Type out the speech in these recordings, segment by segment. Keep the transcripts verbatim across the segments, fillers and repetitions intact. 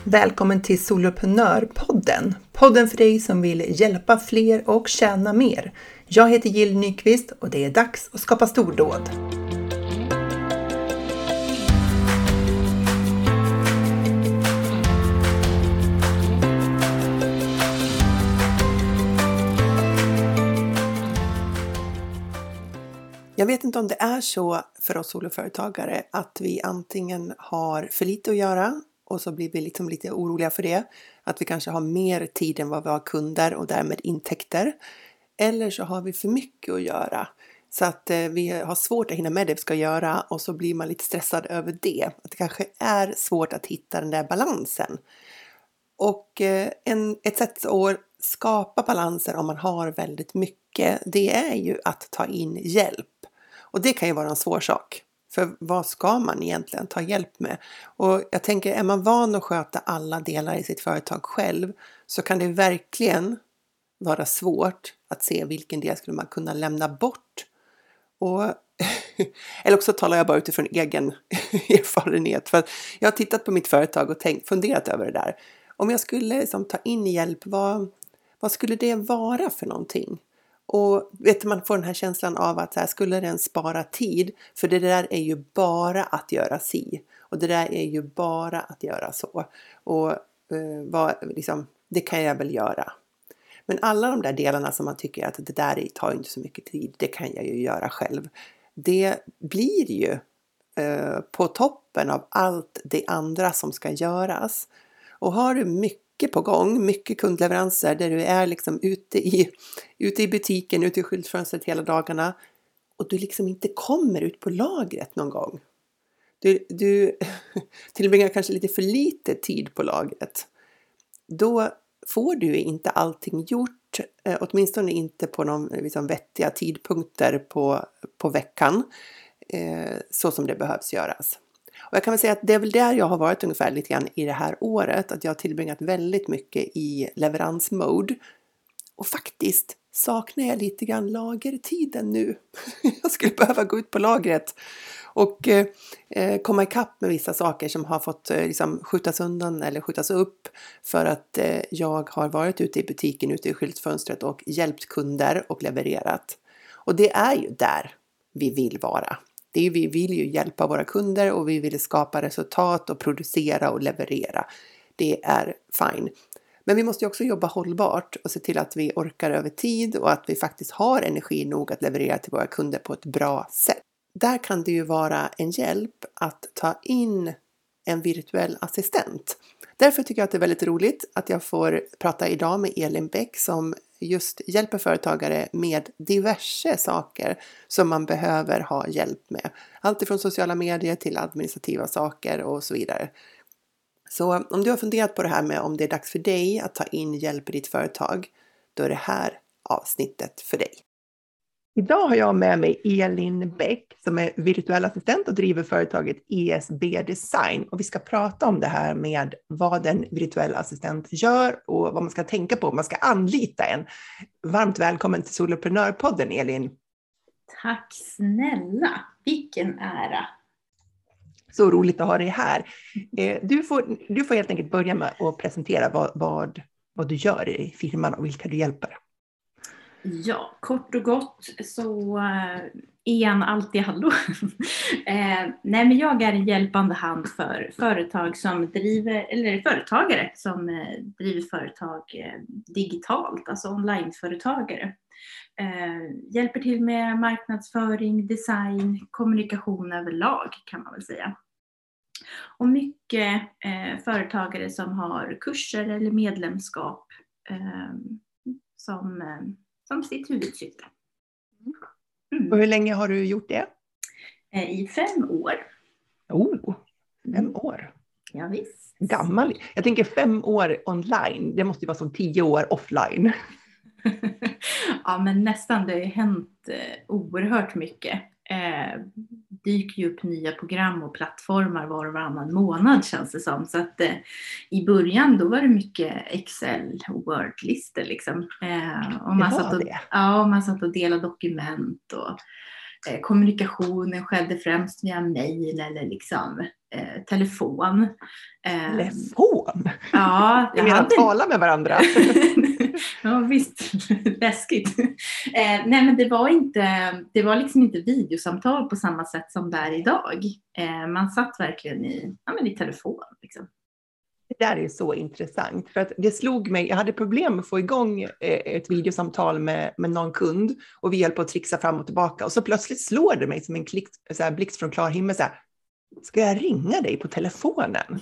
Välkommen till Soloprenörpodden. Podden för dig som vill hjälpa fler och tjäna mer. Jag heter Jill Nyqvist och det är dags att skapa stordåd. Jag vet inte om det är så för oss soloföretagare att vi antingen har för lite att göra och så blir vi liksom lite oroliga för det. Att vi kanske har mer tid än vad vi har kunder och därmed intäkter. Eller så har vi för mycket att göra. Så att eh, vi har svårt att hinna med det vi ska göra och så blir man lite stressad över det. Att det kanske är svårt att hitta den där balansen. Och eh, en, ett sätt att skapa balanser om man har väldigt mycket, det är ju att ta in hjälp. Och det kan ju vara en svår sak. För vad ska man egentligen ta hjälp med? Och jag tänker, är man van att sköta alla delar i sitt företag själv så kan det verkligen vara svårt att se vilken del skulle man kunna lämna bort. Och, eller också talar jag bara utifrån egen erfarenhet. För jag har tittat på mitt företag och tänkt, funderat över det där. Om jag skulle liksom, ta in hjälp, vad, vad skulle det vara för någonting? Och vet man får den här känslan av att så här, skulle den spara tid? För det där är ju bara att göra si. Och det där är ju bara att göra så. Och eh, vad, liksom, det kan jag väl göra. Men alla de där delarna som man tycker att det där tar inte så mycket tid. Det kan jag ju göra själv. Det blir ju eh, på toppen av allt det andra som ska göras. Och har du mycket på gång, mycket kundleveranser där du är liksom ute i, ute i butiken, ute i skyltfönstret hela dagarna och du liksom inte kommer ut på lagret någon gång. Du, du tillbringar kanske lite för lite tid på lagret. Då får du inte allting gjort, eh, åtminstone inte på någon liksom, vettiga tidpunkter på, på veckan, eh, så som det behövs göras. Och jag kan väl säga att det är väl där jag har varit ungefär lite grann i det här året. Att jag har tillbringat väldigt mycket i leveransmode. Och faktiskt saknar jag lite grann lagertiden nu. Jag skulle behöva gå ut på lagret. Och eh, komma ikapp med vissa saker som har fått eh, liksom, skjutas undan eller skjutas upp. För att eh, jag har varit ute i butiken, ute i skyltfönstret och hjälpt kunder och levererat. Och det är ju där vi vill vara. Det är, vi vill ju hjälpa våra kunder och vi vill skapa resultat och producera och leverera. Det är fine. Men vi måste ju också jobba hållbart och se till att vi orkar över tid och att vi faktiskt har energi nog att leverera till våra kunder på ett bra sätt. Där kan det ju vara en hjälp att ta in en virtuell assistent. Därför tycker jag att det är väldigt roligt att jag får prata idag med Elin Bäck som just hjälper företagare med diverse saker som man behöver ha hjälp med. Allt ifrån sociala medier till administrativa saker och så vidare. Så om du har funderat på det här med om det är dags för dig att ta in hjälp i ditt företag, då är det här avsnittet för dig. Idag har jag med mig Elin Bäck som är virtuell assistent och driver företaget E S B Design. Och vi ska prata om det här med vad en virtuell assistent gör och vad man ska tänka på om man ska anlita en. Varmt välkommen till Soloprenörpodden, Elin. Tack snälla, vilken ära. Så roligt att ha dig här. Du får, du får helt enkelt börja med att presentera vad, vad, vad du gör i firman och vilka du hjälper. Ja, kort och gott så är en allt i allo. eh, nej, men jag är en hjälpande hand för företag som driver, eller företagare som eh, driver företag eh, digitalt, alltså onlineföretagare. Eh, hjälper till med marknadsföring, design, kommunikation överlag kan man väl säga. Och mycket eh, företagare som har kurser eller medlemskap eh, som eh, som sitt huvudsyfte. Mm. Och hur länge har du gjort det? I fem år. Oh, fem år. Ja, visst. Gammal. Jag tänker fem år online. Det måste ju vara som tio år offline. Ja, men nästan. Det har ju hänt eh, oerhört mycket. Eh, dyker ju upp nya program och plattformar var och varannan månad känns det som. Så att eh, i början då var det mycket Excel och Word-listor liksom. Eh, och man, satt och, ja, och man satt och delade dokument och eh, kommunikationen skedde främst via mejl eller liksom eh, telefon. Eh, Telefon? Ja, jag menar hade... tala med varandra. Ja visst, läskigt. Eh, nej men det var inte, det var liksom inte videosamtal på samma sätt som där idag. Eh, man satt verkligen i, ja, men i telefon liksom. Det där är så intressant, för att det slog mig, jag hade problem med att få igång ett videosamtal med, med någon kund och vi höll på att trixa fram och tillbaka och så plötsligt slår det mig som en klick, så här, blixt från klar himmel så här, ska jag ringa dig på telefonen?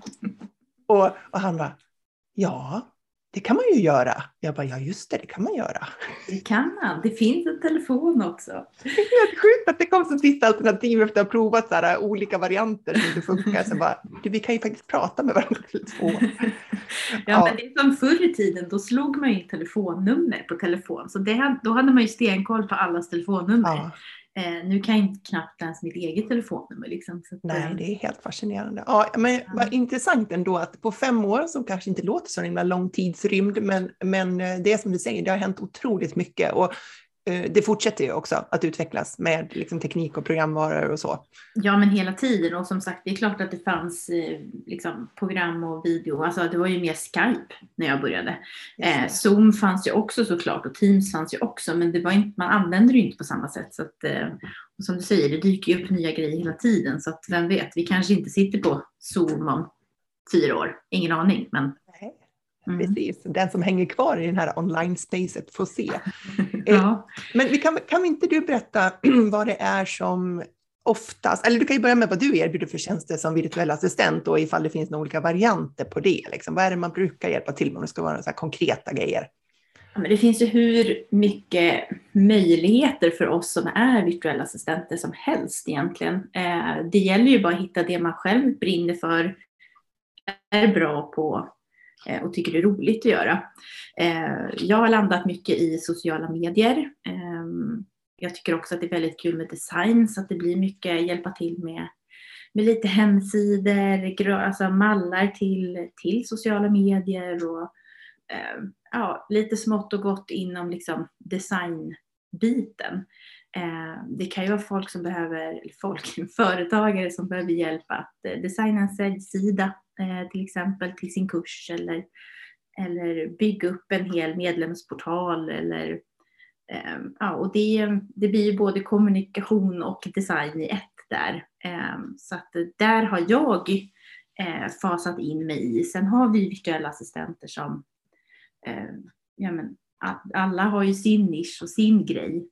och, och han bara, ja, det kan man ju göra. Jag bara, ja just det, det kan man göra. Det kan man, det finns en telefon också. Det är helt sjukt att det kom som sista alternativ efter att ha provat så här, olika varianter som inte funkar. Så bara, vi kan ju faktiskt prata med varandra på telefon. Ja, ja, men det är som förr i tiden, då slog man ju in telefonnummer på telefon. Så det, då hade man ju stenkoll på allas telefonnummer. Ja. Eh, nu kan jag inte knappt ens mitt eget telefonnummer. Liksom, så att, nej, det är helt fascinerande. Ja, men ja. Vad intressant ändå att på fem år, som kanske inte låter så himla lång tidsrymd, men, men det är som du säger, det har hänt otroligt mycket. Och eh, det fortsätter ju också att utvecklas med liksom, teknik och programvaror och så. Ja, men hela tiden. Och som sagt, det är klart att det fanns eh, liksom, program och video. Alltså det var ju mer Skype när jag började. Eh, Zoom fanns ju också såklart och Teams fanns ju också. Men det var inte, man använde det ju inte på samma sätt. Så att, eh, och som du säger, det dyker ju upp nya grejer hela tiden. Så att vem vet, vi kanske inte sitter på Zoom om fyra år. Ingen aning, men... Nej. Mm. Precis, den som hänger kvar i den här online-spacet får se. Ja. Men vi kan, kan inte du berätta vad det är som oftast, eller du kan ju börja med vad du erbjuder för tjänster som virtuell assistent och ifall det finns några olika varianter på det. Liksom. Vad är det man brukar hjälpa till med om det ska vara så här konkreta grejer? Ja, men det finns ju hur mycket möjligheter för oss som är virtuella assistenter som helst egentligen. Eh, det gäller ju bara att hitta det man själv brinner för, är bra på och tycker det är roligt att göra. Jag har landat mycket i sociala medier. Jag tycker också att det är väldigt kul med design, så att det blir mycket hjälpa till med, med lite hemsidor, alltså mallar till, till sociala medier och ja, lite smått och gott inom liksom designbiten. Det kan ju vara folk som behöver, folk, företagare som behöver hjälp att designa en säljsida till exempel till sin kurs eller, eller bygga upp en hel medlemsportal eller ja, och det, det blir ju både kommunikation och design i ett där. Så att där har jag fasat in mig i. Sen har vi virtuella assistenter som ja, men alla har ju sin nisch och sin grej.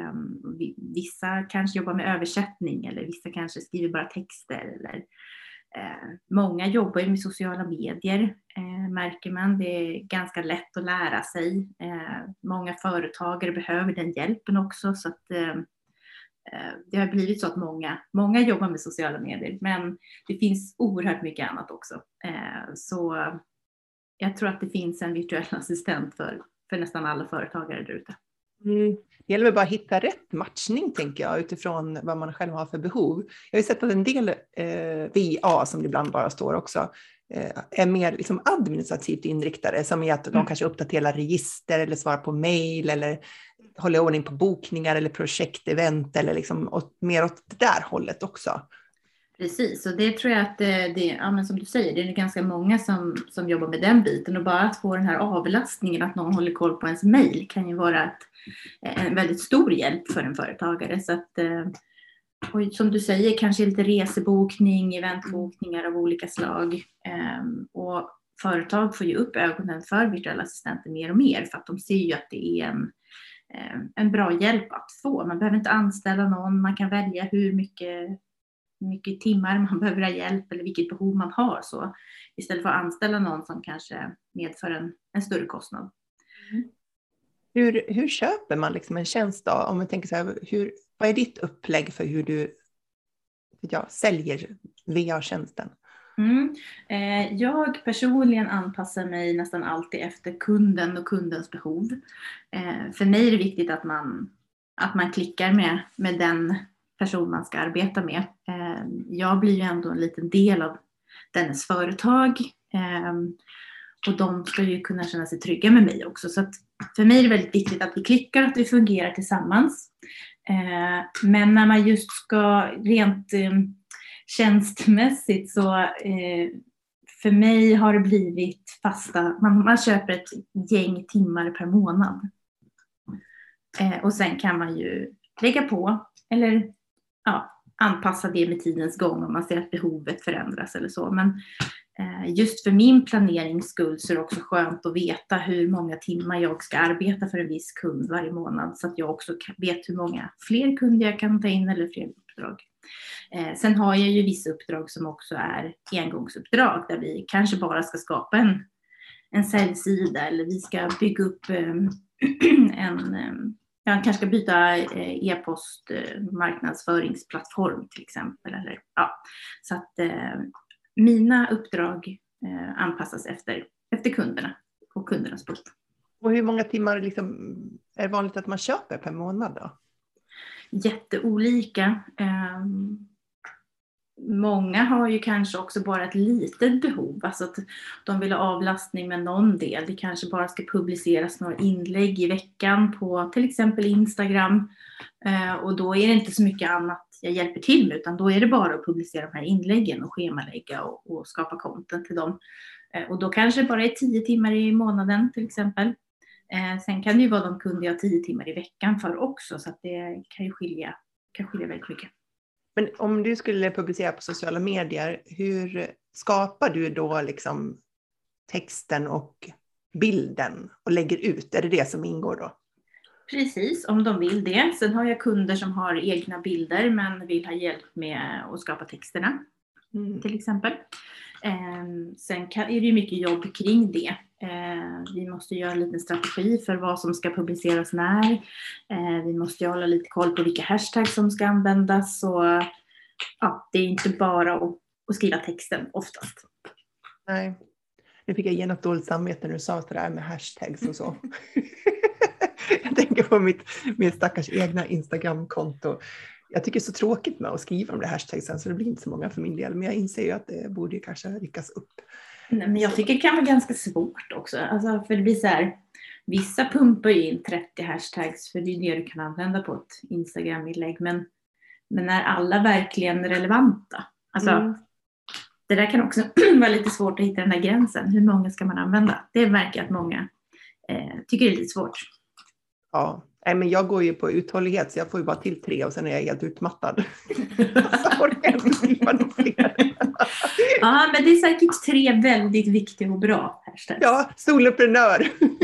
Vissa kanske jobbar med översättning eller vissa kanske skriver bara texter eller Eh, många jobbar ju med sociala medier, eh, märker man. Det är ganska lätt att lära sig. Eh, många företagare behöver den hjälpen också. Så att, eh, det har blivit så att många, många jobbar med sociala medier. Men det finns oerhört mycket annat också. Eh, så jag tror att det finns en virtuell assistent för, för nästan alla företagare där ute. Mm. Det gäller bara att hitta rätt matchning, tänker jag, utifrån vad man själv har för behov. Jag har ju sett att en del eh, V A, som det ibland bara står också, eh, är mer liksom administrativt inriktade, som är att de mm. kanske uppdaterar register eller svarar på mejl eller håller ordning på bokningar eller projektevent eller liksom, och mer åt det där hållet också. Precis, och det tror jag att det, det ja, men som du säger, det är ganska många som, som jobbar med den biten, och bara att få den här avlastningen, att någon håller koll på ens mejl, kan ju vara ett, en väldigt stor hjälp för en företagare. Så att, och som du säger, kanske lite resebokning, eventbokningar av olika slag, och företag får ju upp ögonen för virtuella assistenter mer och mer, för att de ser ju att det är en, en bra hjälp att få. Man behöver inte anställa någon, man kan välja hur mycket mycket timmar man behöver ha hjälp eller vilket behov man har, så istället för att anställa någon som kanske medför en, en större kostnad. Mm. Hur, hur köper man liksom en tjänst då? Om man tänker så här, hur, vad är ditt upplägg för hur du ja, säljer V A-tjänsten? Mm. Eh, jag personligen anpassar mig nästan alltid efter kunden och kundens behov. Eh, för mig är det viktigt att man, att man klickar med, med den person man ska arbeta med. Jag blir ju ändå en liten del av dennes företag, och de ska ju kunna känna sig trygga med mig också. Så att för mig är det väldigt viktigt att vi klickar, att vi fungerar tillsammans. Eh, men när man just ska rent eh, tjänstmässigt så eh, för mig har det blivit fasta, man, man köper ett gäng timmar per månad. Eh, och sen kan man ju lägga på eller ja, anpassa det med tidens gång om man ser att behovet förändras eller så. Men eh, just för min planerings skull så är det också skönt att veta hur många timmar jag ska arbeta för en viss kund varje månad. Så att jag också vet hur många fler kunder jag kan ta in eller fler uppdrag. Eh, sen har jag ju vissa uppdrag som också är engångsuppdrag där vi kanske bara ska skapa en, en säljsida eller vi ska bygga upp eh, en... Eh, Jag kanske ska byta e-post marknadsföringsplattform till exempel. Eller, ja. Så att eh, mina uppdrag eh, anpassas efter, efter kunderna och kundernas behov. Och hur många timmar liksom är det vanligt att man köper per månad då? Jätteolika. Eh, Många har ju kanske också bara ett litet behov, alltså att de vill ha avlastning med någon del. Det kanske bara ska publiceras några inlägg i veckan på till exempel Instagram. Eh, och då är det inte så mycket annat jag hjälper till med, utan då är det bara att publicera de här inläggen och schemalägga och, och skapa content till dem. Eh, och då kanske det bara är tio timmar i månaden till exempel. Eh, sen kan det ju vara de kunder jag har tio timmar i veckan för också, så att det kan ju skilja, kan skilja väldigt mycket. Men om du skulle publicera på sociala medier, hur skapar du då liksom texten och bilden och lägger ut? Är det det som ingår då? Precis, om de vill det. Sen har jag kunder som har egna bilder men vill ha hjälp med att skapa texterna mm. till exempel. Eh, sen kan, är det ju mycket jobb kring det. Eh, vi måste göra en liten strategi för vad som ska publiceras när. Eh, vi måste hålla lite koll på vilka hashtags som ska användas. Så, ja, det är inte bara att, att skriva texten oftast. Nej, nu fick jag ge något dåligt samvete när du sa det där med hashtags och så. Jag tänker på mitt, mitt stackars egna Instagram-konto. Jag tycker det är så tråkigt med att skriva de där hashtagsen så det blir inte så många för min del. Men jag inser ju att det borde kanske ryckas upp. Nej, men jag tycker det kan vara ganska svårt också. Alltså, för det blir så här, vissa pumpar ju in trettio hashtags för det är det du kan använda på ett Instagram-inlägg. Men, men är alla verkligen relevanta? Alltså, mm. Det där kan också vara lite svårt att hitta den där gränsen. Hur många ska man använda? Det verkar att många eh, tycker det är lite svårt. Ja, nej, men jag går ju på uthållighet så jag får ju bara till tre och sen är jag helt utmattad. Så orkar jag inte skriva något fler. Ja, men det är säkert tre väldigt viktiga och bra hashtags. Ja, soloprenör.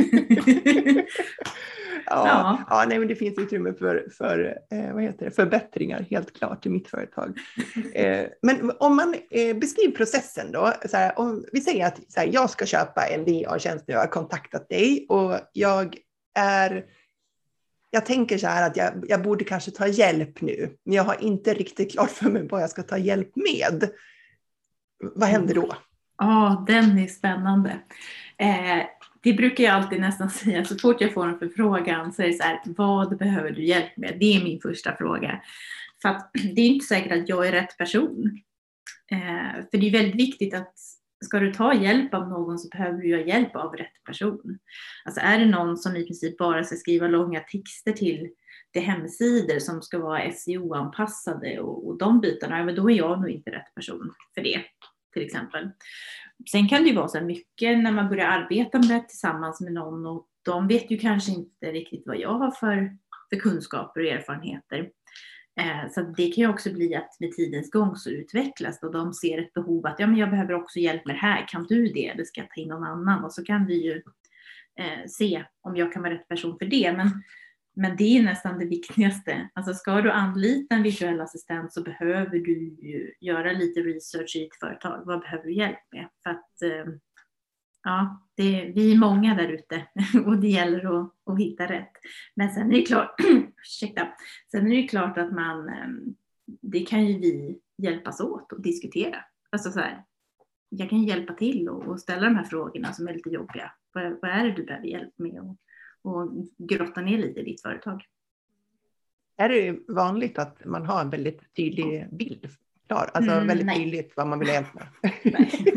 ja, ja. ja, nej, men det finns utrymme för, för eh, vad heter det, förbättringar helt klart i mitt företag. eh, men om man eh, beskriver processen då, så här, om vi säger att så här, jag ska köpa en V R-tjänst nu, jag har kontaktat dig och jag är... Jag tänker så här att jag, jag borde kanske ta hjälp nu. Men jag har inte riktigt klart för mig vad jag ska ta hjälp med. Vad händer då? Ja, den är spännande. Eh, det brukar jag alltid nästan säga. Så fort jag får en förfrågan så är det så här. Vad behöver du hjälp med? Det är min första fråga. För att det är inte säkert att jag är rätt person. Eh, för det är väldigt viktigt att ska du ta hjälp av någon så behöver du ha hjälp av rätt person. Alltså är det någon som i princip bara ska skriva långa texter till de hemsidor som ska vara S E O-anpassade och, och de bitarna, men då är jag nog inte rätt person för det, till exempel. Sen kan det ju vara så mycket när man börjar arbeta med tillsammans med någon och de vet ju kanske inte riktigt vad jag har för, för kunskaper och erfarenheter. Så det kan ju också bli att med tidens gång så utvecklas och de ser ett behov att ja, men jag behöver också hjälp med det här. Kan du det? Eller ska jag ta in någon annan? Och så kan vi ju eh, se om jag kan vara rätt person för det. Men, men det är nästan det viktigaste. Alltså ska du anlita en visuell assistent så behöver du ju göra lite research i ditt företag. Vad behöver du hjälp med? För att eh, ja, det, vi är många där ute och det gäller att, att hitta rätt. Men sen är det klart, ursäkta, sen är det klart att man, det kan ju vi hjälpas åt och diskutera. Alltså så här, jag kan hjälpa till och, och ställa de här frågorna som är lite jobbiga. Vad, vad är det du behöver hjälp med och, och grotta ner lite i ditt företag. Är det vanligt att man har en väldigt tydlig bild klar? Alltså Mm, väldigt nej. tydligt vad man vill hjälpa med? Nej.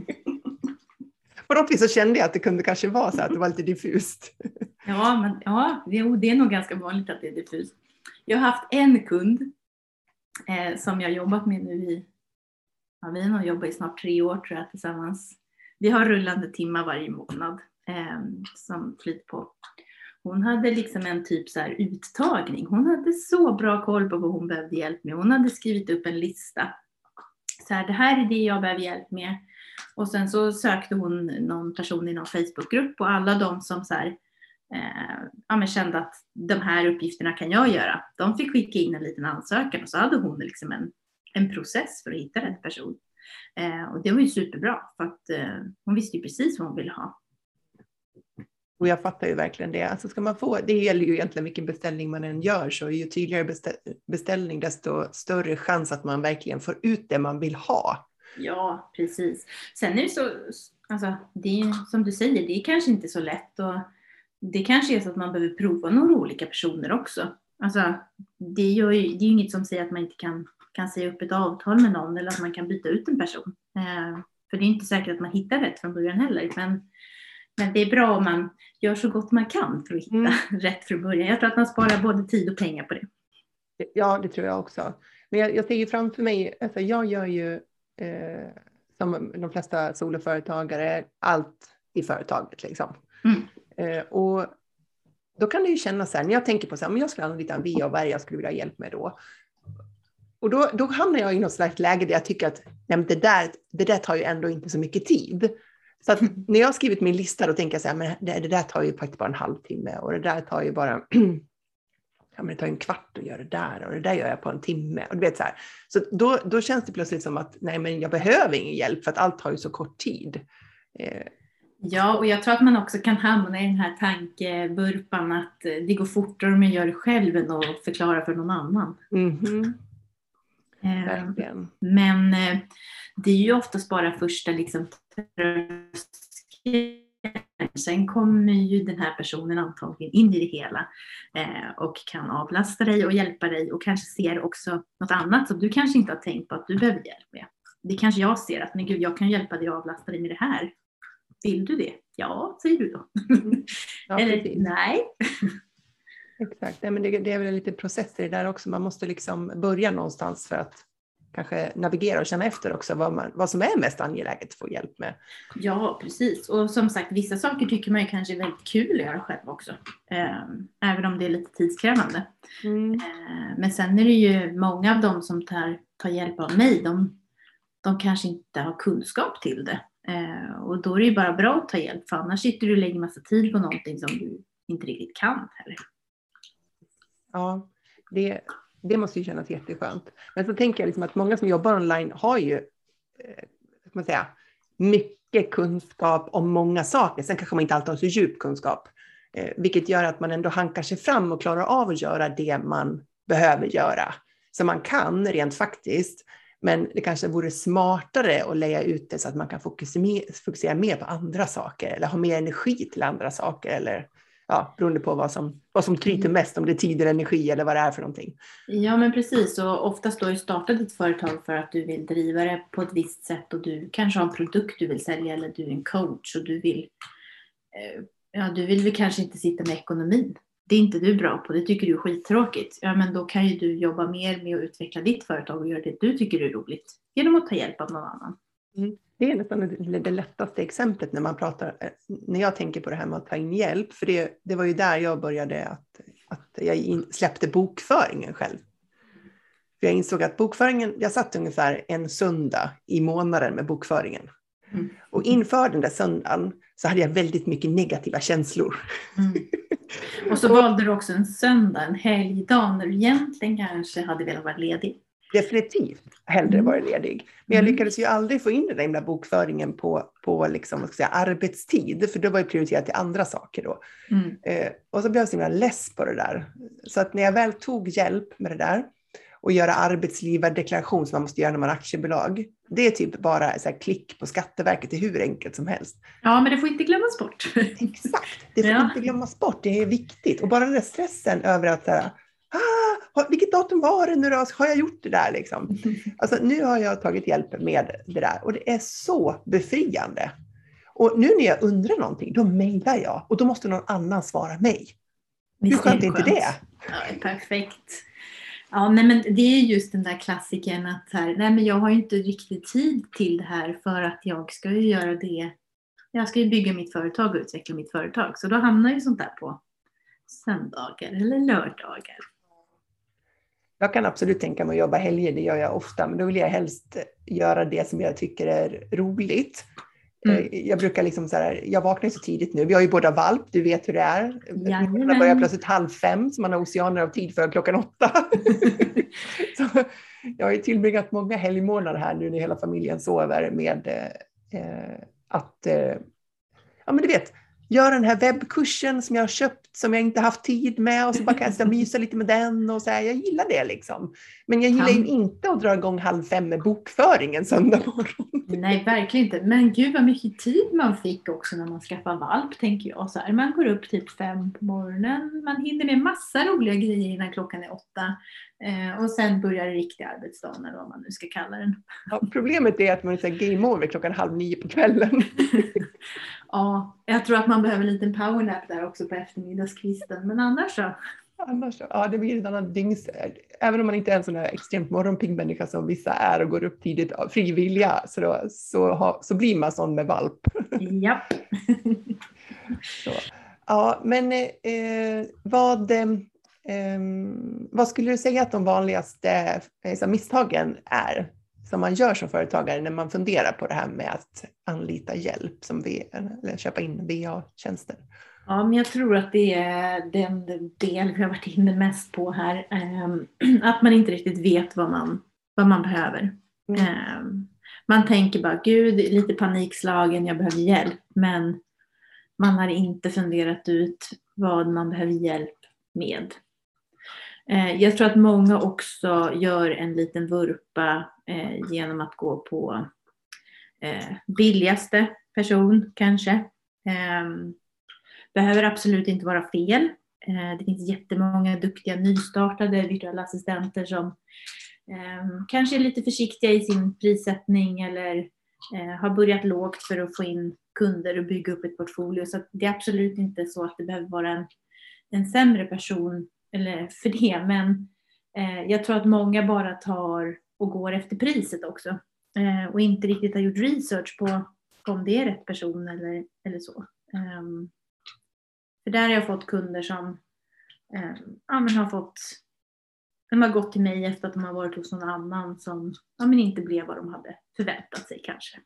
På något vis så kände jag att det kunde kanske vara så att det var lite diffust. Ja, men ja, det är nog ganska vanligt att det är diffust. Jag har haft en kund eh, som jag jobbat med nu i, ja, vi har nog jobbat i snart tre år tror jag tillsammans. Vi har rullande timmar varje månad eh, som flyter på. Hon hade liksom en typ så här uttagning. Hon hade så bra koll på vad hon behövde hjälp med. Hon hade skrivit upp en lista. Så här, det här är det jag behöver hjälp med. Och sen så sökte hon någon person i någon Facebookgrupp. Och alla de som så här, eh, ja, men kände att de här uppgifterna kan jag göra. De fick skicka in en liten ansökan. Och så hade hon liksom en, en process för att hitta rätt person. Eh, och det var ju superbra. För att eh, hon visste ju precis vad hon ville ha. Och jag fattar ju verkligen det. Alltså ska man få, det gäller ju egentligen vilken beställning man än gör. Så ju tydligare beställning desto större chans att man verkligen får ut det man vill ha. Ja, precis. Sen är det så, alltså det är som du säger, det är kanske inte så lätt. Och det kanske är så att man behöver prova några olika personer också. Alltså det är ju, det är ju inget som säger att man inte kan, kan säga upp ett avtal med någon. Eller att man kan byta ut en person. Eh, för det är inte säkert att man hittar rätt från början heller. Men Men det är bra om man gör så gott man kan för att hitta mm. rätt från början. Jag tror att man sparar både tid och pengar på det. Ja, det tror jag också. Men jag, jag ser ju framför mig, alltså jag gör ju eh, som de flesta soloföretagare allt i företaget liksom. Mm. Eh, och då kan det ju kännas så här, när jag tänker på så här, men jag skulle anlita en V A, vad är det jag skulle vilja ha hjälp med då? Och då, då hamnar jag i något slags läge där jag tycker att nej, men det, där, det där tar ju ändå inte så mycket tid. Så att när jag har skrivit min lista då tänker jag så här, men det, det där tar ju faktiskt bara en halvtimme och det där tar ju bara ja, men det tar en kvart att göra det där och det där gör jag på en timme. Och du vet så här. Så då, då känns det plötsligt som att nej men jag behöver ingen hjälp för att allt tar ju så kort tid. Eh. Ja, och jag tror att man också kan hamna i den här tankevurpan att det går fortare om jag gör det själv än att förklara för någon annan. Mm-hmm. Eh, Verkligen. Men eh, det är ju oftast bara första liksom tröskeln. Sen kommer ju den här personen antagligen in i det hela eh, och kan avlasta dig och hjälpa dig och kanske ser också något annat som du kanske inte har tänkt på att du behöver hjälp med. Det kanske jag ser att men gud, jag kan hjälpa dig och avlasta dig med det här. Vill du det? Ja, säger du då. Mm. Ja, eller precis. Nej. Exakt, nej, men det, det är väl lite processer där också. Man måste liksom börja någonstans för att kanske navigera och känna efter också vad, man, vad som är mest angeläget att få hjälp med. Ja, precis. Och som sagt, vissa saker tycker man ju kanske är väldigt kul att göra själv också. Eh, även om det är lite tidskrävande. Mm. Eh, men sen är det ju många av dem som tar, tar hjälp av mig. De, de kanske inte har kunskap till det. Eh, och då är det ju bara bra att ta hjälp. För annars sitter du och lägger massa tid på någonting som du inte riktigt kan heller. Ja, det, det måste ju kännas jätteskönt. Men så tänker jag liksom att många som jobbar online har ju eh, ska man säga, mycket kunskap om många saker. Sen kanske man inte alltid har så djup kunskap. Eh, vilket gör att man ändå hankar sig fram och klarar av att göra det man behöver göra. Så man kan rent faktiskt. Men det kanske vore smartare att lägga ut det så att man kan fokusera, fokusera mer på andra saker. Eller ha mer energi till andra saker. Eller ja, beroende på vad som, vad som tryter mest. Om det är tid eller energi eller vad det är för någonting. Ja, men precis. Och oftast då är startat ditt företag för att du vill driva det på ett visst sätt. Och du kanske har en produkt du vill sälja. Eller du är en coach och du vill... Eh, ja, du vill väl kanske inte sitta med ekonomin. Det är inte du bra på, det tycker du är skittråkigt. Ja, men då kan ju du jobba mer med att utveckla ditt företag och göra det du tycker är roligt. Genom att ta hjälp av någon annan. Mm. Det är nästan det, det lättaste exemplet när man pratar, när jag tänker på det här med att ta in hjälp. För det, det var ju där jag började att, att jag in, släppte bokföringen själv. För jag insåg att bokföringen, jag satt ungefär en söndag i månaden med bokföringen. Mm. Och inför den där söndagen så hade jag väldigt mycket negativa känslor. Mm. Och så valde du också en söndag, en helgdag när du egentligen kanske hade velat vara ledig. Definitivt hellre vara ledig. Men jag lyckades ju aldrig få in den där bokföringen på, på liksom, vad ska jag säga, arbetstid. För då var jag prioriterat till andra saker då. Mm. Eh, och så blev jag så himla less på det där. Så att när jag väl tog hjälp med det där och göra arbetsgivardeklaration som man måste göra när man har aktiebolag. Det är typ bara så här klick på Skatteverket, det är hur enkelt som helst. Ja, men det får inte glömmas bort. Exakt, det får ja. inte glömmas bort, det är viktigt. Och bara den där stressen över att så här, ah, vilket datum var det nu då? Har jag gjort det där liksom? Alltså nu har jag tagit hjälp med det där och det är så befriande. Och nu när jag undrar någonting, då mejlar jag och då måste någon annan svara mig. Hur skönt är inte det? Ja, perfekt. Ja, nej, men det är just den där klassiken att här, nej, men jag har ju inte riktigt tid till det här för att jag ska ju göra det. Jag ska ju bygga mitt företag och utveckla mitt företag. Så då hamnar ju sånt där på söndagar eller lördagar. Jag kan absolut tänka mig att jobba helger, det gör jag ofta. Men då vill jag helst göra det som jag tycker är roligt. Mm. Jag brukar liksom så här, jag vaknar så tidigt nu. Vi har ju båda valp, du vet hur det är. Man börjar plötsligt halv fem, så man har oceaner av tid för klockan åtta. Så jag har ju tillbringat många helgmånader här nu när hela familjen sover med eh, att, eh, ja men du vet, göra den här webbkursen som jag har köpt som jag inte haft tid med, och så bara kan jag mysa lite med den och så här, jag gillar det liksom. Men jag gillar ju inte att dra igång halv fem med bokföringen söndag morgon. Nej, verkligen inte. Men gud vad mycket tid man fick också när man skaffade valp, tänker jag. Så här, man går upp typ fem på morgonen, man hinner med massa roliga grejer innan klockan är åtta. Eh, och sen börjar det riktiga arbetsdagen, eller vad man nu ska kalla den. Ja, problemet är att man är game over klockan halv nio på kvällen. Ja, jag tror att man behöver en liten powernap där också på eftermiddagskvisten. Men annars så. Annars så, ja det blir en annan dygns. Även om man inte är en sån här extremt morgonpigg människa som vissa är och går upp tidigt av frivilliga, så, då, så, ha, så blir man sån med valp. Ja. Så. Ja, men eh, vad, eh, vad skulle du säga att de vanligaste eh, misstagen är som man gör som företagare när man funderar på det här med att anlita hjälp som V A eller köpa in V A-tjänster? Ja, men jag tror att det är den del vi har varit inne mest på här. Att man inte riktigt vet vad man, vad man behöver. Mm. Man tänker bara, gud, lite panikslagen, jag behöver hjälp. Men man har inte funderat ut vad man behöver hjälp med. Jag tror att många också gör en liten vurpa genom att gå på billigaste person kanske. Behöver absolut inte vara fel. Det finns jättemånga duktiga nystartade virtuella assistenter som eh, kanske är lite försiktiga i sin prissättning eller eh, har börjat lågt för att få in kunder och bygga upp ett portfolio. Så det är absolut inte så att det behöver vara en, en sämre person eller för det. Men eh, jag tror att många bara tar och går efter priset också. Eh, och inte riktigt har gjort research på om det är rätt person eller, eller så. Um, För där har jag fått kunder som eh, ja, men har fått, de har gått till mig efter att de har varit hos någon annan som ja, men inte blev vad de hade förväntat sig kanske.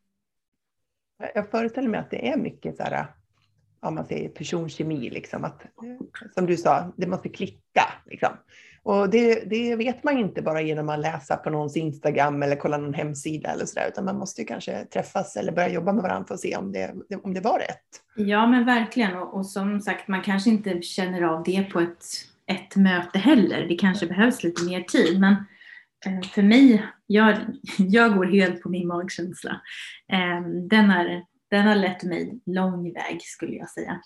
Jag föreställer mig att det är mycket så här, om man säger personkemi, liksom, att, som du sa, det måste klicka. Liksom. Och det, det vet man inte bara genom att läsa på någons Instagram eller kolla någon hemsida eller sådär, utan man måste ju kanske träffas eller börja jobba med varandra för att se om det, om det var rätt. Ja, men verkligen. Och, och som sagt, man kanske inte känner av det på ett, ett möte heller. Det kanske behövs lite mer tid, men eh, för mig, jag, jag går helt på min magkänsla. Eh, den är Den har lett mig lång väg skulle jag säga.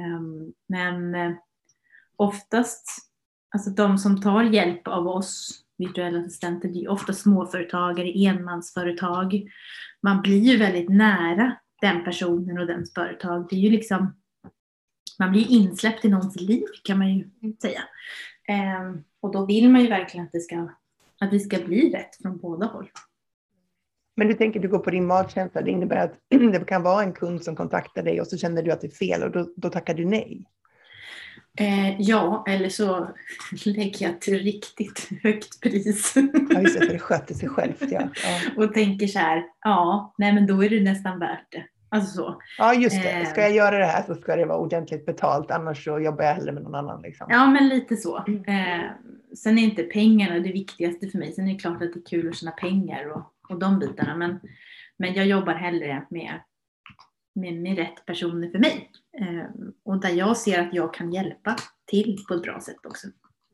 Men oftast, alltså de som tar hjälp av oss virtuella assistenter, det är ofta småföretagare, enmansföretag. Man blir ju väldigt nära den personen och dens företag. Det är ju liksom, man blir insläppt i någons liv kan man ju säga. Och då vill man ju verkligen att det ska, att det ska bli rätt från båda håll. Men du tänker, du går på din magkänsla, det innebär att det kan vara en kund som kontaktar dig och så känner du att det är fel och då, då tackar du nej? Eh, ja, eller så lägger jag ett riktigt högt pris. Ja, just det, för det sköter sig självt. Ja. Ja. Och tänker så här, ja, nej men då är det nästan värt det. Alltså så. Ja, just det. Ska jag göra det här så ska det vara ordentligt betalt, annars så jobbar jag hellre med någon annan. Liksom. Ja, men lite så. Eh, sen är inte pengarna det viktigaste för mig. Sen är det klart att det är kul att tjäna pengar och, och de bitarna. Men, men jag jobbar hellre med, med, med rätt personer för mig. Eh, och där jag ser att jag kan hjälpa till på ett bra sätt också.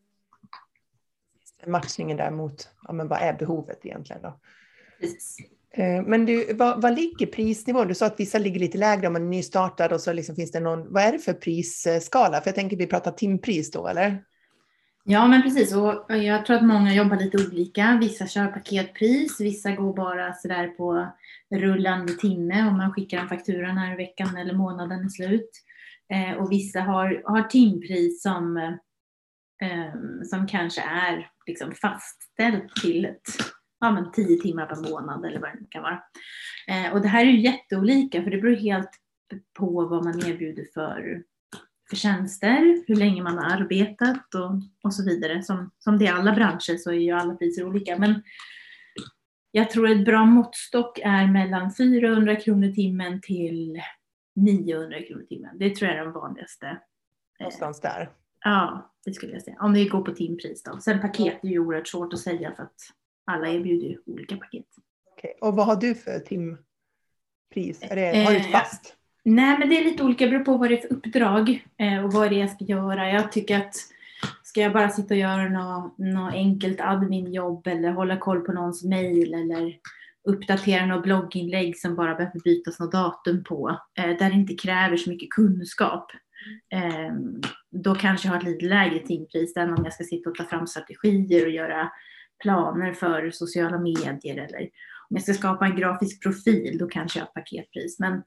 Matchningen där mot, ja, men vad är behovet egentligen då? Precis. Men du, vad, vad ligger prisnivån? Du sa att vissa ligger lite lägre om man är nystartad och så liksom finns det någon, vad är det för prisskala? För jag tänker vi pratar timpris då, eller? Ja, men precis. Och jag tror att många jobbar lite olika. Vissa kör paketpris, vissa går bara sådär på rullande timme om man skickar en faktura när veckan eller månaden är slut. Och vissa har, har timpris som eh, som kanske är liksom fastställt till ett, ja, men tio timmar per månad eller vad det kan vara. Eh, och det här är ju jätteolika, för det beror helt på vad man erbjuder för, för tjänster, hur länge man har arbetat och, och så vidare. Som, som det är i alla branscher så är ju alla priser olika. Men jag tror ett bra måttstock är mellan fyrahundra kronor timmen till niohundra kronor timmen. Det tror jag är den vanligaste. Någonstans där. Ja, det skulle jag säga. Om vi går på timpris då. Sen paket är ju oerhört svårt att säga för att alla erbjuder ju olika paket. Okej. Och vad har du för timpris? Är det, har du ett fast? Nej, men det är lite olika. Det beror på vad det är för uppdrag eh, och vad det är jag ska göra. Jag tycker att ska jag bara sitta och göra något, något enkelt adminjobb eller hålla koll på någons mejl eller uppdatera något blogginlägg som bara behöver bytas något datum på, eh, där det inte kräver så mycket kunskap. Eh, då kanske jag har ett lite lägre timpris än om jag ska sitta och ta fram strategier och göra planer för sociala medier, eller om jag ska skapa en grafisk profil, då kanske jag har ett paketpris. Men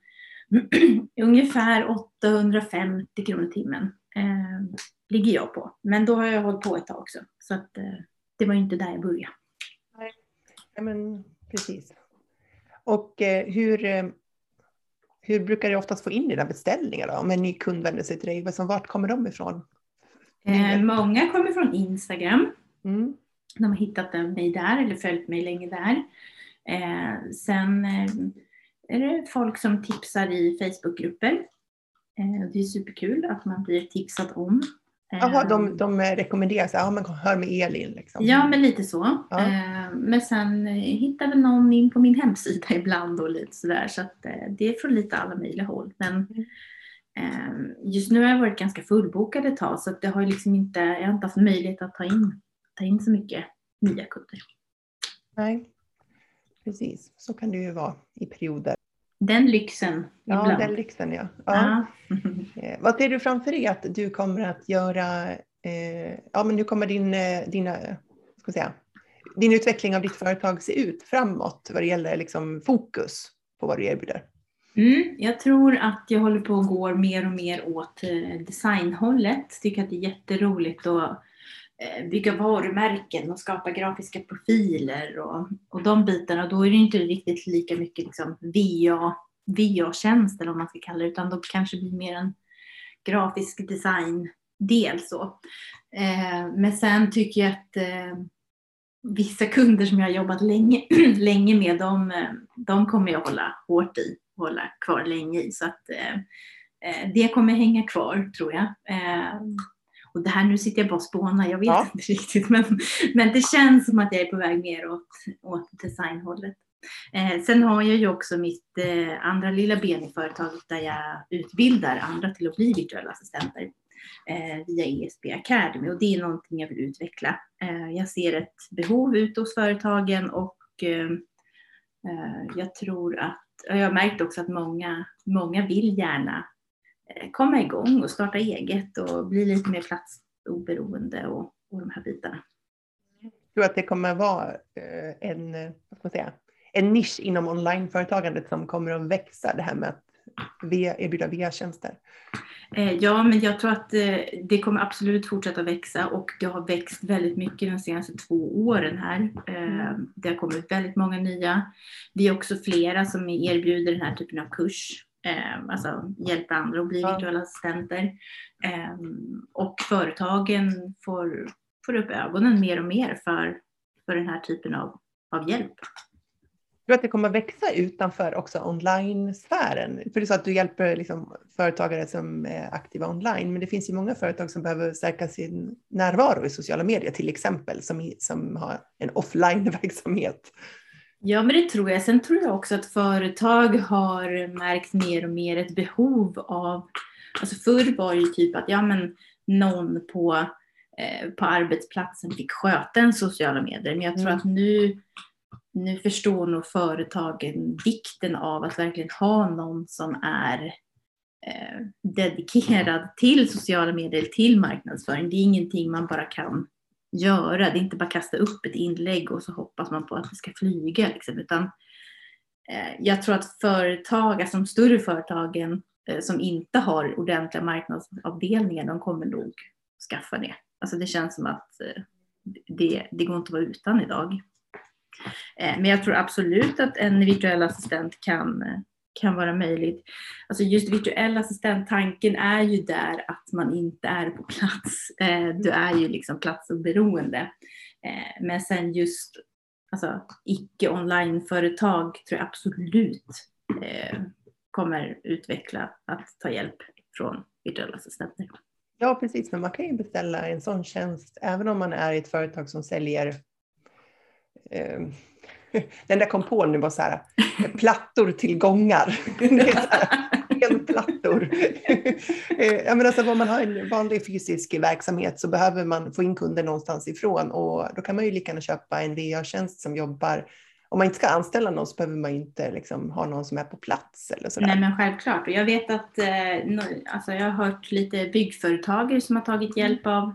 ungefär åttahundrafemtio kronor timmen eh, ligger jag på. Men då har jag hållit på ett tag också. Så att, eh, det var ju inte där jag började. Nej, men precis. Och eh, hur, eh, hur brukar du oftast få in dina beställningar då? Om en ny kund vänder sig till dig, vart kommer de ifrån? Eh, många kommer från Instagram. Mm. De har hittat mig där eller följt mig länge där. Eh, sen eh, är det folk som tipsar i Facebookgrupper. Eh, det är superkul att man blir tipsad om. Jaha, de, de rekommenderar sig, ja men hör med Elin liksom. Ja, men lite så. Ja. Eh, men sen hittar väl någon in på min hemsida ibland och lite sådär. Så att eh, det är från lite alla möjliga håll. Men Mm. eh, just nu har jag varit ganska fullbokad ett tag. Så att det har liksom inte, jag har inte haft möjlighet att ta in, ta in så mycket nya kunder. Nej, precis. Så kan det ju vara i perioder. Den lyxen Ja, ibland. den lyxen, ja. ja. Ja. Eh, vad ser du framför dig att du kommer att göra? Eh, ja, men hur kommer din, eh, dina, ska jag säga, din utveckling av ditt företag se ut framåt vad det gäller liksom fokus på vad du erbjuder? Mm, jag tror att jag håller på att gå mer och mer åt eh, designhållet. Tycker att det är jätteroligt att eh, bygga varumärken och skapa grafiska profiler och, och de bitarna. Då är det inte riktigt lika mycket liksom V A, V A-tjänst eller vad man ska kalla det, utan då kanske blir mer en grafisk design-del så. Eh, men sen tycker jag att eh, vissa kunder som jag har jobbat länge, länge med, de, de kommer jag hålla hårt i, hålla kvar länge i. Så att eh, det kommer hänga kvar, tror jag. Eh, och det här, nu sitter jag bara och spånar, jag vet Ja. inte riktigt. Men, men det känns som att jag är på väg mer åt, åt designhållet. Eh, sen har jag ju också mitt eh, andra lilla ben i företaget där jag utbildar andra till att bli virtuella assistenter eh, via E S B Academy, och det är någonting jag vill utveckla. Eh, jag ser ett behov ute hos företagen och eh, eh, jag tror att, och jag har märkt också att många, många vill gärna eh, komma igång och starta eget och bli lite mer platsoberoende och, och de här bitarna. Jag tror att det kommer vara eh, en, vad ska man säga, en nisch inom onlineföretagandet som kommer att växa, det här med att erbjuda V A-tjänster. Ja, men jag tror att det kommer absolut fortsätta växa, och det har växt väldigt mycket de senaste två åren här. Mm. Det har kommit väldigt många nya. Vi är också flera som erbjuder den här typen av kurs. Alltså hjälpa andra att bli ja. virtuella assistenter. Och företagen får, får upp ögonen mer och mer för, för den här typen av, av hjälp. Jag tror att det kommer växa utanför också online-sfären. För det är så att du hjälper liksom företagare som är aktiva online. Men det finns ju många företag som behöver stärka sin närvaro i sociala medier till exempel. Som, som har en offline-verksamhet. Ja, men det tror jag. Sen tror jag också att företag har märkt mer och mer ett behov av... Alltså förr var det ju typ att ja, men någon på, eh, på arbetsplatsen fick sköta en sociala medier. Men jag tror mm. att nu... Nu förstår nog företagen vikten av att verkligen ha någon som är eh, dedikerad till sociala medier, till marknadsföring. Det är ingenting man bara kan göra. Det är inte bara kasta upp ett inlägg och så hoppas man på att det ska flyga. Liksom. Utan, eh, jag tror att företag, alltså de större företagen eh, som inte har ordentliga marknadsavdelningar, de kommer nog skaffa det. alltså det känns som att det, det går inte att vara utan idag. Men jag tror absolut att en virtuell assistent kan, kan vara möjligt. Alltså just virtuell assistent-tanken är ju där att man inte är på plats. Du är ju liksom platsoberoende. Men sen just alltså, icke-online-företag tror jag absolut kommer utveckla att ta hjälp från virtuella assistenter. Ja, precis. Men man kan ju beställa en sån tjänst även om man är i ett företag som säljer eh, den där kom på nu var så här plattor till gångar. Det är så här, elplattor. Jag menar, alltså, om man har en vanlig fysisk verksamhet så behöver man få in kunder någonstans ifrån och då kan man ju lika gärna köpa en V R-tjänst som jobbar. Om man inte ska anställa någon så behöver man inte liksom ha någon som är på plats eller sådär. Nej, men självklart. Och jag vet att eh, alltså jag har hört lite byggföretagare som har tagit hjälp av,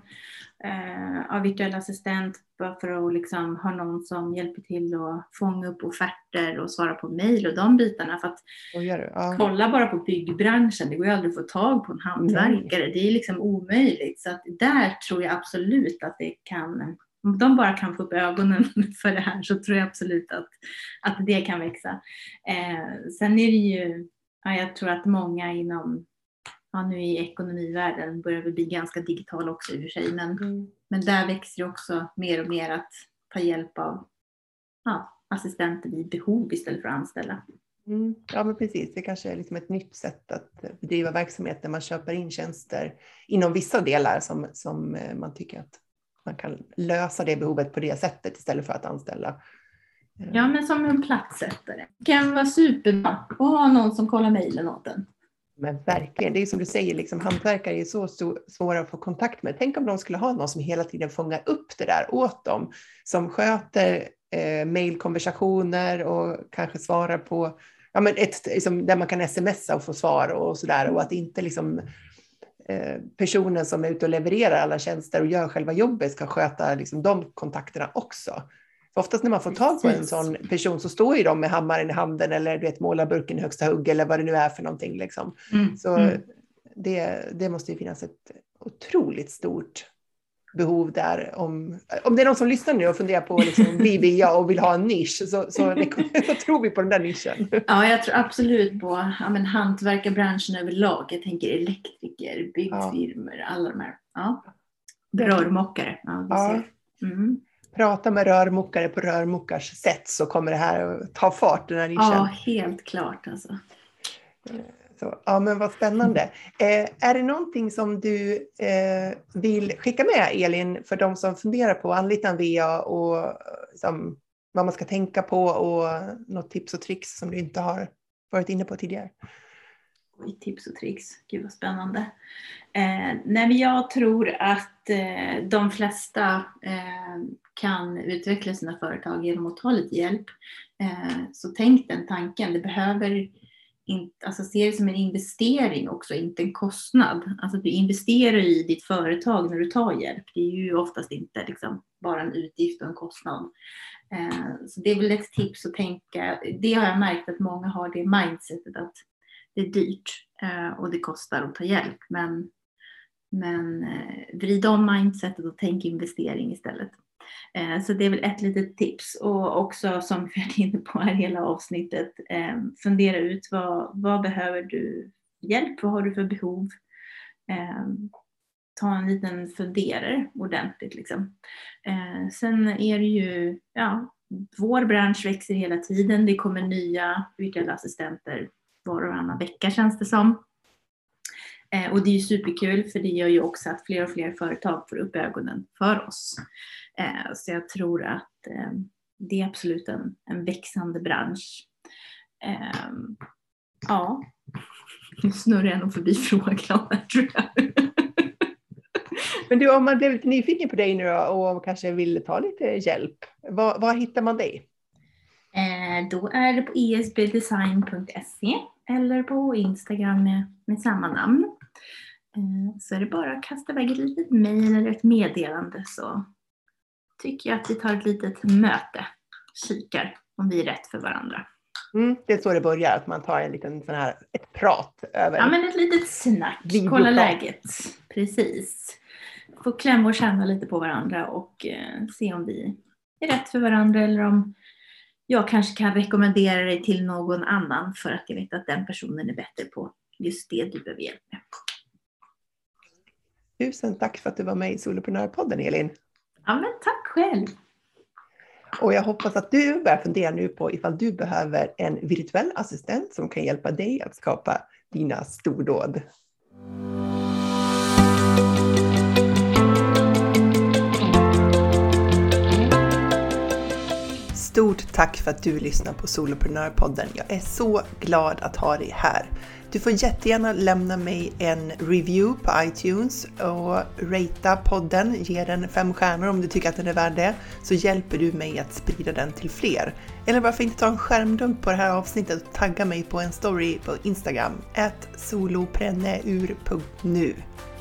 eh, av virtuell assistent för att liksom ha någon som hjälper till att fånga upp offerter och svara på mejl och de bitarna. För att ja. kolla bara på byggbranschen, det går ju aldrig att få tag på en hantverkare. Nej. Det är liksom omöjligt. Så att där tror jag absolut att det kan... Om de bara kan få upp ögonen för det här så tror jag absolut att, att det kan växa. Eh, sen är det ju, ja, jag tror att många inom, ja, nu i ekonomivärlden börjar vi bli ganska digital också i och för sig. Men, mm. men där växer det också mer och mer att ta hjälp av ja, assistenter vid behov istället för att anställa. Mm. Ja, men precis. Det kanske är liksom ett nytt sätt att bedriva verksamhet när man köper in tjänster inom vissa delar som, som man tycker att man kan lösa det behovet på det sättet istället för att anställa. Ja, men som en platssättare. Det kan vara superbra att ha någon som kollar mejlen åt en. Men verkligen, det är som du säger, liksom, hantverkare är så svåra att få kontakt med. Tänk om de skulle ha någon som hela tiden fångar upp det där åt dem. Som sköter eh, mejlkonversationer och kanske svarar på, ja, men ett, liksom, där man kan smsa och få svar och sådär. Och att inte liksom... personen som är ute och levererar alla tjänster och gör själva jobbet ska sköta liksom de kontakterna också. För oftast när man får tag på en sån person så står ju de med hammaren i handen eller du vet, målar burken i högsta hugg eller vad det nu är för någonting. Liksom. Mm. Så mm. Det, det måste ju finnas ett otroligt stort behov där. Om, om det är någon som lyssnar nu och funderar på liksom, bli V R och vill ha en nisch så, så, det, så tror vi på den där nischen. Ja, jag tror absolut på ja, men hantverkarbranschen överlag. Jag tänker elektriker, byggfirmor, ja. Alla de här. Ja. Rörmokare. Ja, ja. Mm. Prata med rörmokare på rörmokars sätt så kommer det här att ta fart, den här nischen. Ja, helt klart alltså. Så, ja, men vad spännande. Eh, är det någonting som du eh, vill skicka med, Elin, för de som funderar på att anlita en V A och som, vad man ska tänka på och något tips och tricks som du inte har varit inne på tidigare? Tips och tricks, gud vad spännande. Eh, nej, men jag tror att eh, de flesta eh, kan utveckla sina företag genom att ta lite hjälp. Eh, så tänk den tanken, det behöver inte, alltså se det som en investering också, inte en kostnad. Alltså du investerar i ditt företag när du tar hjälp. Det är ju oftast inte liksom bara en utgift och en kostnad. Eh, så det är väl ett tips att tänka. Det har jag märkt att många har det mindsetet att det är dyrt eh, och det kostar att ta hjälp. Men, men eh, vrid om mindsetet och tänk investering istället. Eh, så det är väl ett litet tips. Och också som vi är inne på här hela avsnittet. Eh, fundera ut vad, vad behöver du hjälp? Vad har du för behov? Eh, ta en liten funderare ordentligt. Liksom. Eh, sen är det ju, ja, vår bransch växer hela tiden. Det kommer nya virtuella assistenter var och varannan vecka känns det som. Eh, och det är ju superkul för det gör ju också att fler och fler företag får upp ögonen för oss. Eh, så jag tror att eh, det är absolut en, en växande bransch. Eh, ja, nu snurrar jag nog förbi frågan här, tror jag. Men du, om man blir lite nyfiken på dig nu och kanske vill ta lite hjälp, var, var hittar man dig? Eh, då är det på e s b design punkt se eller på Instagram med, med samma namn. Eh, så är det bara att kasta iväg ett litet mejl eller ett meddelande så tycker jag att vi tar ett litet möte. Kikar om vi är rätt för varandra. Mm, det är så det börjar, att man tar en liten sån här, ett prat över. Ja, men ett litet snack, kolla läget. Precis. få klämma och känna lite på varandra och eh, se om vi är rätt för varandra eller om jag kanske kan rekommendera dig till någon annan för att jag vet att den personen är bättre på just det du behöver hjälp med. Tusen tack för att du var med i Soloprenörpodden, Elin. Ja, men tack själv. Och jag hoppas att du börjar fundera nu på ifall du behöver en virtuell assistent som kan hjälpa dig att skapa dina stordåd. Stort tack för att du lyssnar på Soloprenörpodden. Jag är så glad att ha dig här. Du får jättegärna lämna mig en review på iTunes och ratea podden. Ge den fem stjärnor om du tycker att den är värd det. Så hjälper du mig att sprida den till fler. Eller varför inte ta en skärmdump på det här avsnittet och tagga mig på en story på Instagram. at solopreneur punkt nu.